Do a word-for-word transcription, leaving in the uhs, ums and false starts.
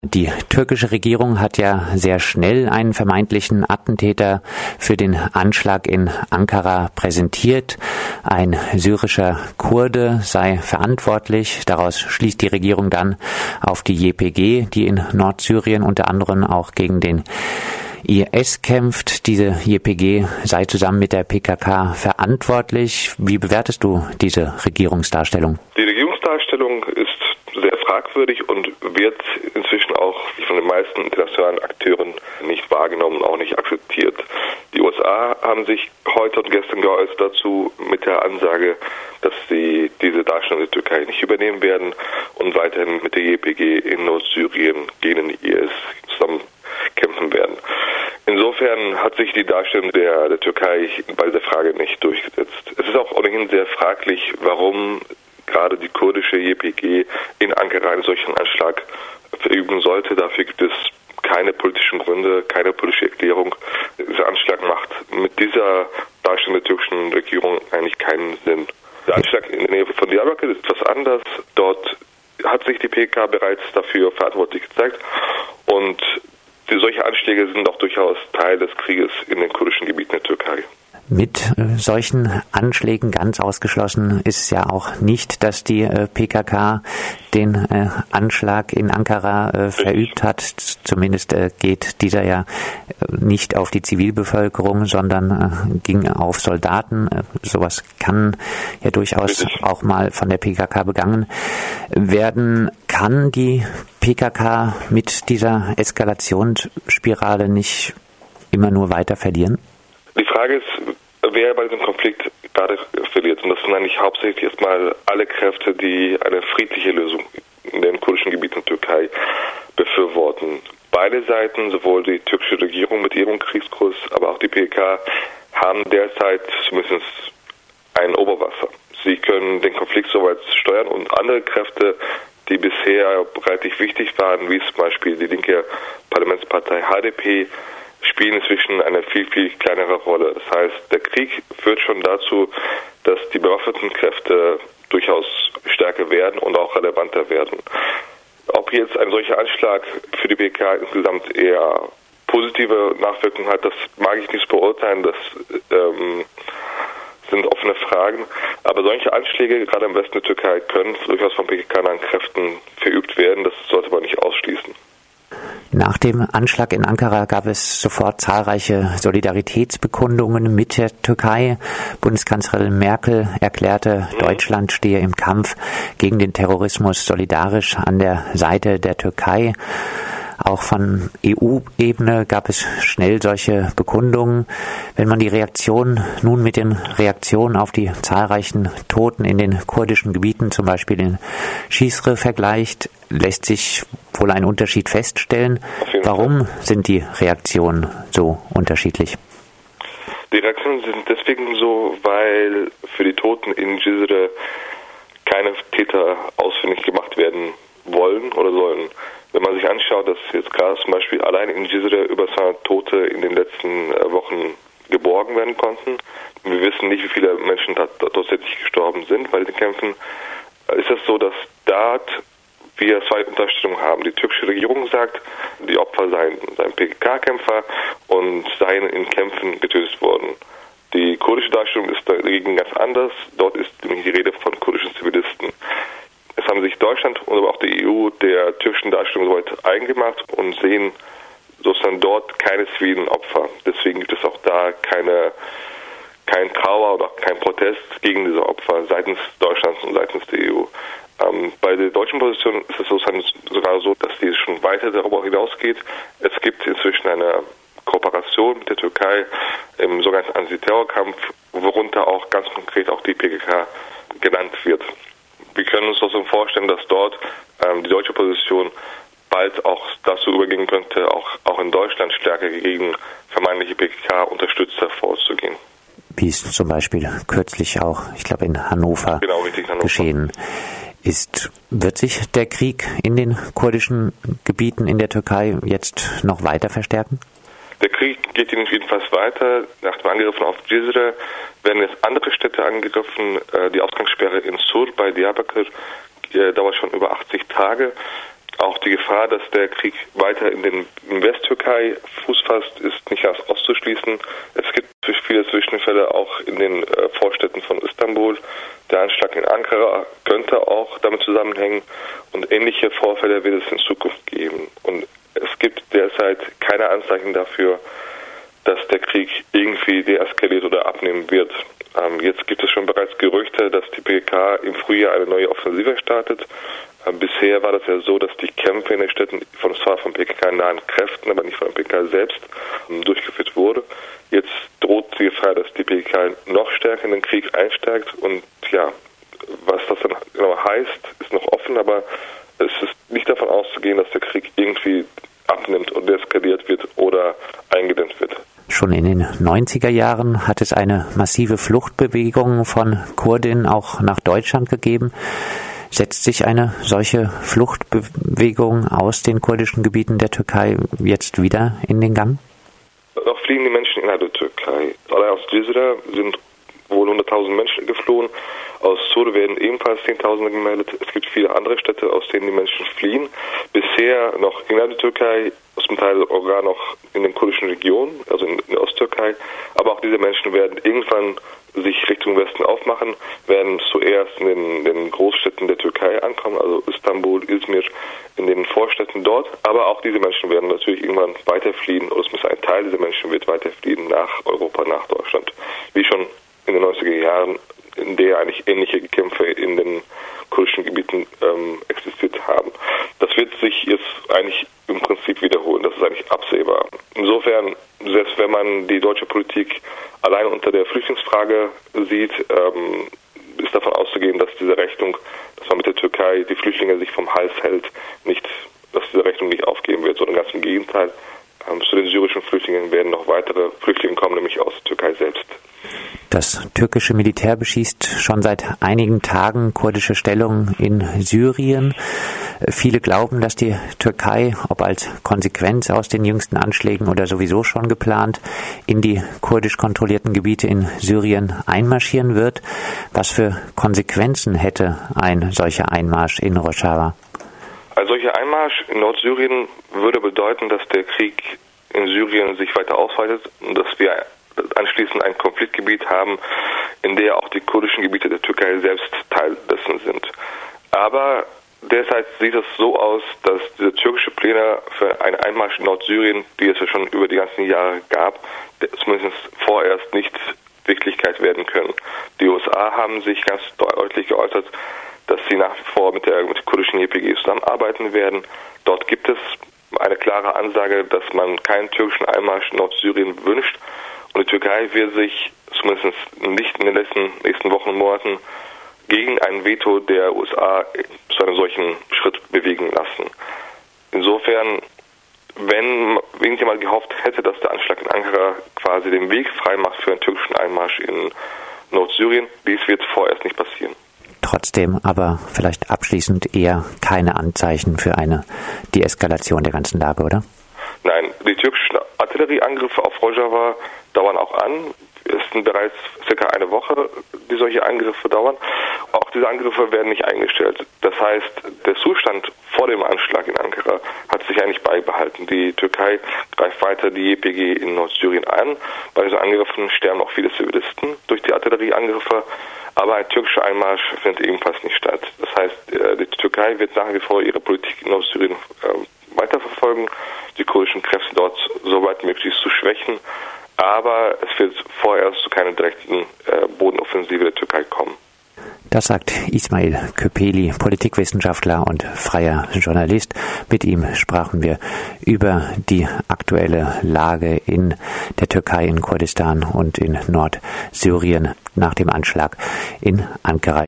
Die türkische Regierung hat ja sehr schnell einen vermeintlichen Attentäter für den Anschlag in Ankara präsentiert. Ein syrischer Kurde sei verantwortlich. Daraus schließt die Regierung dann auf die J P G, die in Nordsyrien unter anderem auch gegen den I S kämpft. Diese J P G sei zusammen mit der P K K verantwortlich. Wie bewertest du diese Regierungsdarstellung? Die Regierungsdarstellung ist sehr fragwürdig und wird inzwischen auch von den meisten internationalen Akteuren nicht wahrgenommen und auch nicht akzeptiert. Die U S A haben sich heute und gestern geäußert dazu mit der Ansage, dass sie diese Darstellung der Türkei nicht übernehmen werden und weiterhin mit der J P G in Nordsyrien gegen den I S zusammen kämpfen werden. Insofern hat sich die Darstellung der, der Türkei bei dieser Frage nicht durchgesetzt. Es ist auch ohnehin sehr fraglich, warum gerade die kurdische J P G in Ankara einen solchen Anschlag verüben sollte. Dafür gibt es keine politischen Gründe, keine politische Erklärung. Dieser Anschlag macht mit dieser Darstellung der türkischen Regierung eigentlich keinen Sinn. Der Anschlag in der Nähe von Diyarbakır ist etwas anders. Dort hat sich die P K K bereits dafür verantwortlich gezeigt und solche Anschläge sind auch durchaus Teil des Krieges in den kurdischen Gebieten der Türkei. Mit äh, solchen Anschlägen ganz ausgeschlossen ist ja auch nicht, dass die äh, P K K den äh, Anschlag in Ankara äh, verübt hat. Zumindest äh, geht dieser ja äh, nicht auf die Zivilbevölkerung, sondern äh, ging auf Soldaten. Äh, sowas kann ja durchaus Richtig. auch mal von der P K K begangen werden. Kann die P K K mit dieser Eskalationsspirale nicht immer nur weiter verlieren? Die Frage ist, wer bei diesem Konflikt gerade verliert. Und das sind eigentlich hauptsächlich erstmal alle Kräfte, die eine friedliche Lösung in den kurdischen Gebieten der Türkei befürworten. Beide Seiten, sowohl die türkische Regierung mit ihrem Kriegskurs, aber auch die P K K, haben derzeit zumindest ein Oberwasser. Sie können den Konflikt soweit steuern und andere Kräfte, die bisher relativ wichtig waren, wie zum Beispiel die linke Parlamentspartei H D P, spielen inzwischen eine viel, viel kleinere Rolle. Das heißt, der Krieg führt schon dazu, dass die bewaffneten Kräfte durchaus stärker werden und auch relevanter werden. Ob jetzt ein solcher Anschlag für die P K K insgesamt eher positive Nachwirkungen hat, das mag ich nicht beurteilen. Das ähm, sind offene Fragen. Aber solche Anschläge, gerade im Westen der Türkei, können durchaus von P K K-nahen Kräften verübt werden. Das sollte man nicht ausschließen. Nach dem Anschlag in Ankara gab es sofort zahlreiche Solidaritätsbekundungen mit der Türkei. Bundeskanzlerin Merkel erklärte, mhm. Deutschland stehe im Kampf gegen den Terrorismus solidarisch an der Seite der Türkei. Auch von E U-Ebene gab es schnell solche Bekundungen. Wenn man die Reaktion nun mit den Reaktionen auf die zahlreichen Toten in den kurdischen Gebieten, zum Beispiel in Şişli, vergleicht, lässt sich wohl ein Unterschied feststellen. Warum sind die Reaktionen so unterschiedlich? Die Reaktionen sind deswegen so, weil für die Toten in Şişli keine Täter ausfindig gemacht werden wollen oder sollen. Wenn man sich anschaut, dass jetzt gerade zum Beispiel allein in Şişli über zweihundert Tote in den letzten Wochen geborgen werden konnten, wir wissen nicht, wie viele Menschen tatsächlich gestorben sind bei den Kämpfen, ist es so, dass dort wir zwei Unterstellungen haben. Die türkische Regierung sagt, die Opfer seien, seien P K K-Kämpfer und seien in Kämpfen getötet worden. Die kurdische Darstellung ist dagegen ganz anders. Dort ist nämlich die Rede von kurdischen Zivilisten. Es haben sich Deutschland und aber auch die E U der türkischen Darstellung soweit eingemacht und sehen sozusagen dort keine zivilen Opfer. Deswegen gibt es auch da keine, kein Trauer oder kein Protest gegen diese Opfer seitens Deutschlands und seitens der E U. Ähm, bei der deutschen Position ist es sozusagen sogar so, dass die schon weiter darüber hinausgeht. Es gibt inzwischen eine Kooperation mit der Türkei im sogenannten Antiterrorkampf, worunter auch ganz konkret auch die P K K genannt wird. Wir können uns also vorstellen, dass dort ähm, die deutsche Position bald auch dazu übergehen könnte, auch, auch in Deutschland stärker gegen vermeintliche P K K-Unterstützer vorzugehen. Wie es zum Beispiel kürzlich auch, ich glaube in Hannover, genau, richtig, Hannover. geschehen ist. Wird sich der Krieg in den kurdischen Gebieten in der Türkei jetzt noch weiter verstärken? Der Krieg geht jedenfalls weiter. Nach dem Angriffen auf Şişli werden jetzt andere Städte angegriffen. Die Ausgangssperre in Sur bei Diyarbakır dauert schon über achtzig Tage. Auch die Gefahr, dass der Krieg weiter in den in Westtürkei Fuß fasst, ist nicht ganz auszuschließen. Es gibt viele Zwischenfälle auch in den äh, Vorstädten von Istanbul. Der Anschlag in Ankara könnte auch damit zusammenhängen und ähnliche Vorfälle wird es in Zukunft geben. Und es gibt derzeit keine Anzeichen dafür, dass der Krieg irgendwie deeskaliert oder abnehmen wird. Ähm, jetzt gibt es schon bereits Gerüchte, dass die P K K im Frühjahr eine neue Offensive startet. Ähm, bisher war das ja so, dass die Kämpfe in den Städten von zwar von P K K-nahen Kräften, aber nicht von der P K K selbst ähm, durchgeführt wurde. Jetzt droht die Gefahr, dass die P K K noch stärker in den Krieg einsteigt. Und ja, was das dann genau heißt, ist noch offen, aber es ist nicht davon auszugehen, dass der Krieg irgendwie abnimmt und deeskaliert wird oder eingedämmt wird. Schon in den neunziger Jahren hat es eine massive Fluchtbewegung von Kurdinnen auch nach Deutschland gegeben. Setzt sich eine solche Fluchtbewegung aus den kurdischen Gebieten der Türkei jetzt wieder in den Gang? Noch fliehen die Menschen innerhalb der Türkei. Allein aus Cizre sind wohl hunderttausend Menschen geflohen. Aus Sur werden ebenfalls Zehntausende gemeldet. Es gibt viele andere Städte, aus denen die Menschen fliehen. Bisher noch innerhalb der Türkei, zum Teil sogar noch in den kurdischen Regionen, also in der Osttürkei. Aber auch diese Menschen werden irgendwann sich Richtung Westen aufmachen, werden zuerst in den, den Großstädten der Türkei ankommen, also Istanbul, Izmir, in den Vorstädten dort. Aber auch diese Menschen werden natürlich irgendwann weiterfliehen, oder es muss ein Teil dieser Menschen wird weiterfliehen nach Europa, nach Deutschland. Wie schon in den neunziger Jahren, in der eigentlich ähnliche Kämpfe in den kurdischen Gebieten ähm, existiert haben. Das wird sich jetzt eigentlich im Prinzip wiederholen, das ist eigentlich absehbar. Insofern, selbst wenn man die deutsche Politik allein unter der Flüchtlingsfrage sieht, ähm, ist davon auszugehen, dass diese Rechnung, dass man mit der Türkei die Flüchtlinge sich vom Hals hält, nicht, dass diese Rechnung nicht aufgeben wird, sondern ganz im Gegenteil. Ähm, zu den syrischen Flüchtlingen werden noch weitere Flüchtlinge kommen, nämlich aus der Türkei selbst. Das türkische Militär beschießt schon seit einigen Tagen kurdische Stellungen in Syrien. Viele glauben, dass die Türkei, ob als Konsequenz aus den jüngsten Anschlägen oder sowieso schon geplant, in die kurdisch kontrollierten Gebiete in Syrien einmarschieren wird. Was für Konsequenzen hätte ein solcher Einmarsch in Rojava? Ein solcher Einmarsch in Nordsyrien würde bedeuten, dass der Krieg in Syrien sich weiter ausweitet und dass wir anschließend ein Konfliktgebiet haben, in der auch die kurdischen Gebiete der Türkei selbst Teil dessen sind. Aber derzeit sieht es so aus, dass diese türkische Pläne für einen Einmarsch in Nordsyrien, die es ja schon über die ganzen Jahre gab, zumindest vorerst nicht Wirklichkeit werden können. Die U S A haben sich ganz deutlich geäußert, dass sie nach wie vor mit der, mit der kurdischen Y P G zusammenarbeiten werden. Dort gibt es eine klare Ansage, dass man keinen türkischen Einmarsch in Nordsyrien wünscht. Und die Türkei wird sich zumindest nicht in den letzten nächsten Wochen und Monaten gegen ein Veto der U S A zu einem solchen Schritt bewegen lassen. Insofern, wenn irgendjemand gehofft hätte, dass der Anschlag in Ankara quasi den Weg frei macht für einen türkischen Einmarsch in Nordsyrien, dies wird vorerst nicht passieren. Trotzdem aber vielleicht abschließend eher keine Anzeichen für eine Deeskalation der ganzen Lage, oder? Nein, die türkischen Artillerieangriffe auf Rojava dauern auch an. Es sind bereits circa eine Woche, die solche Angriffe dauern. Auch diese Angriffe werden nicht eingestellt. Das heißt, der Zustand vor dem Anschlag in Ankara hat sich eigentlich beibehalten. Die Türkei greift weiter die Y P G in Nordsyrien an. Bei diesen Angriffen sterben auch viele Zivilisten durch die Artillerieangriffe. Aber ein türkischer Einmarsch findet ebenfalls nicht statt. Das heißt, die Türkei wird nach wie vor ihre Politik in Nordsyrien weiterverfolgen, die kurdischen Kräfte dort so weit möglich zu schwächen. Aber es wird vorerst zu keiner direkten äh, Bodenoffensive der Türkei kommen. Das sagt Ismail Köpeli, Politikwissenschaftler und freier Journalist. Mit ihm sprachen wir über die aktuelle Lage in der Türkei, in Kurdistan und in Nordsyrien nach dem Anschlag in Ankara.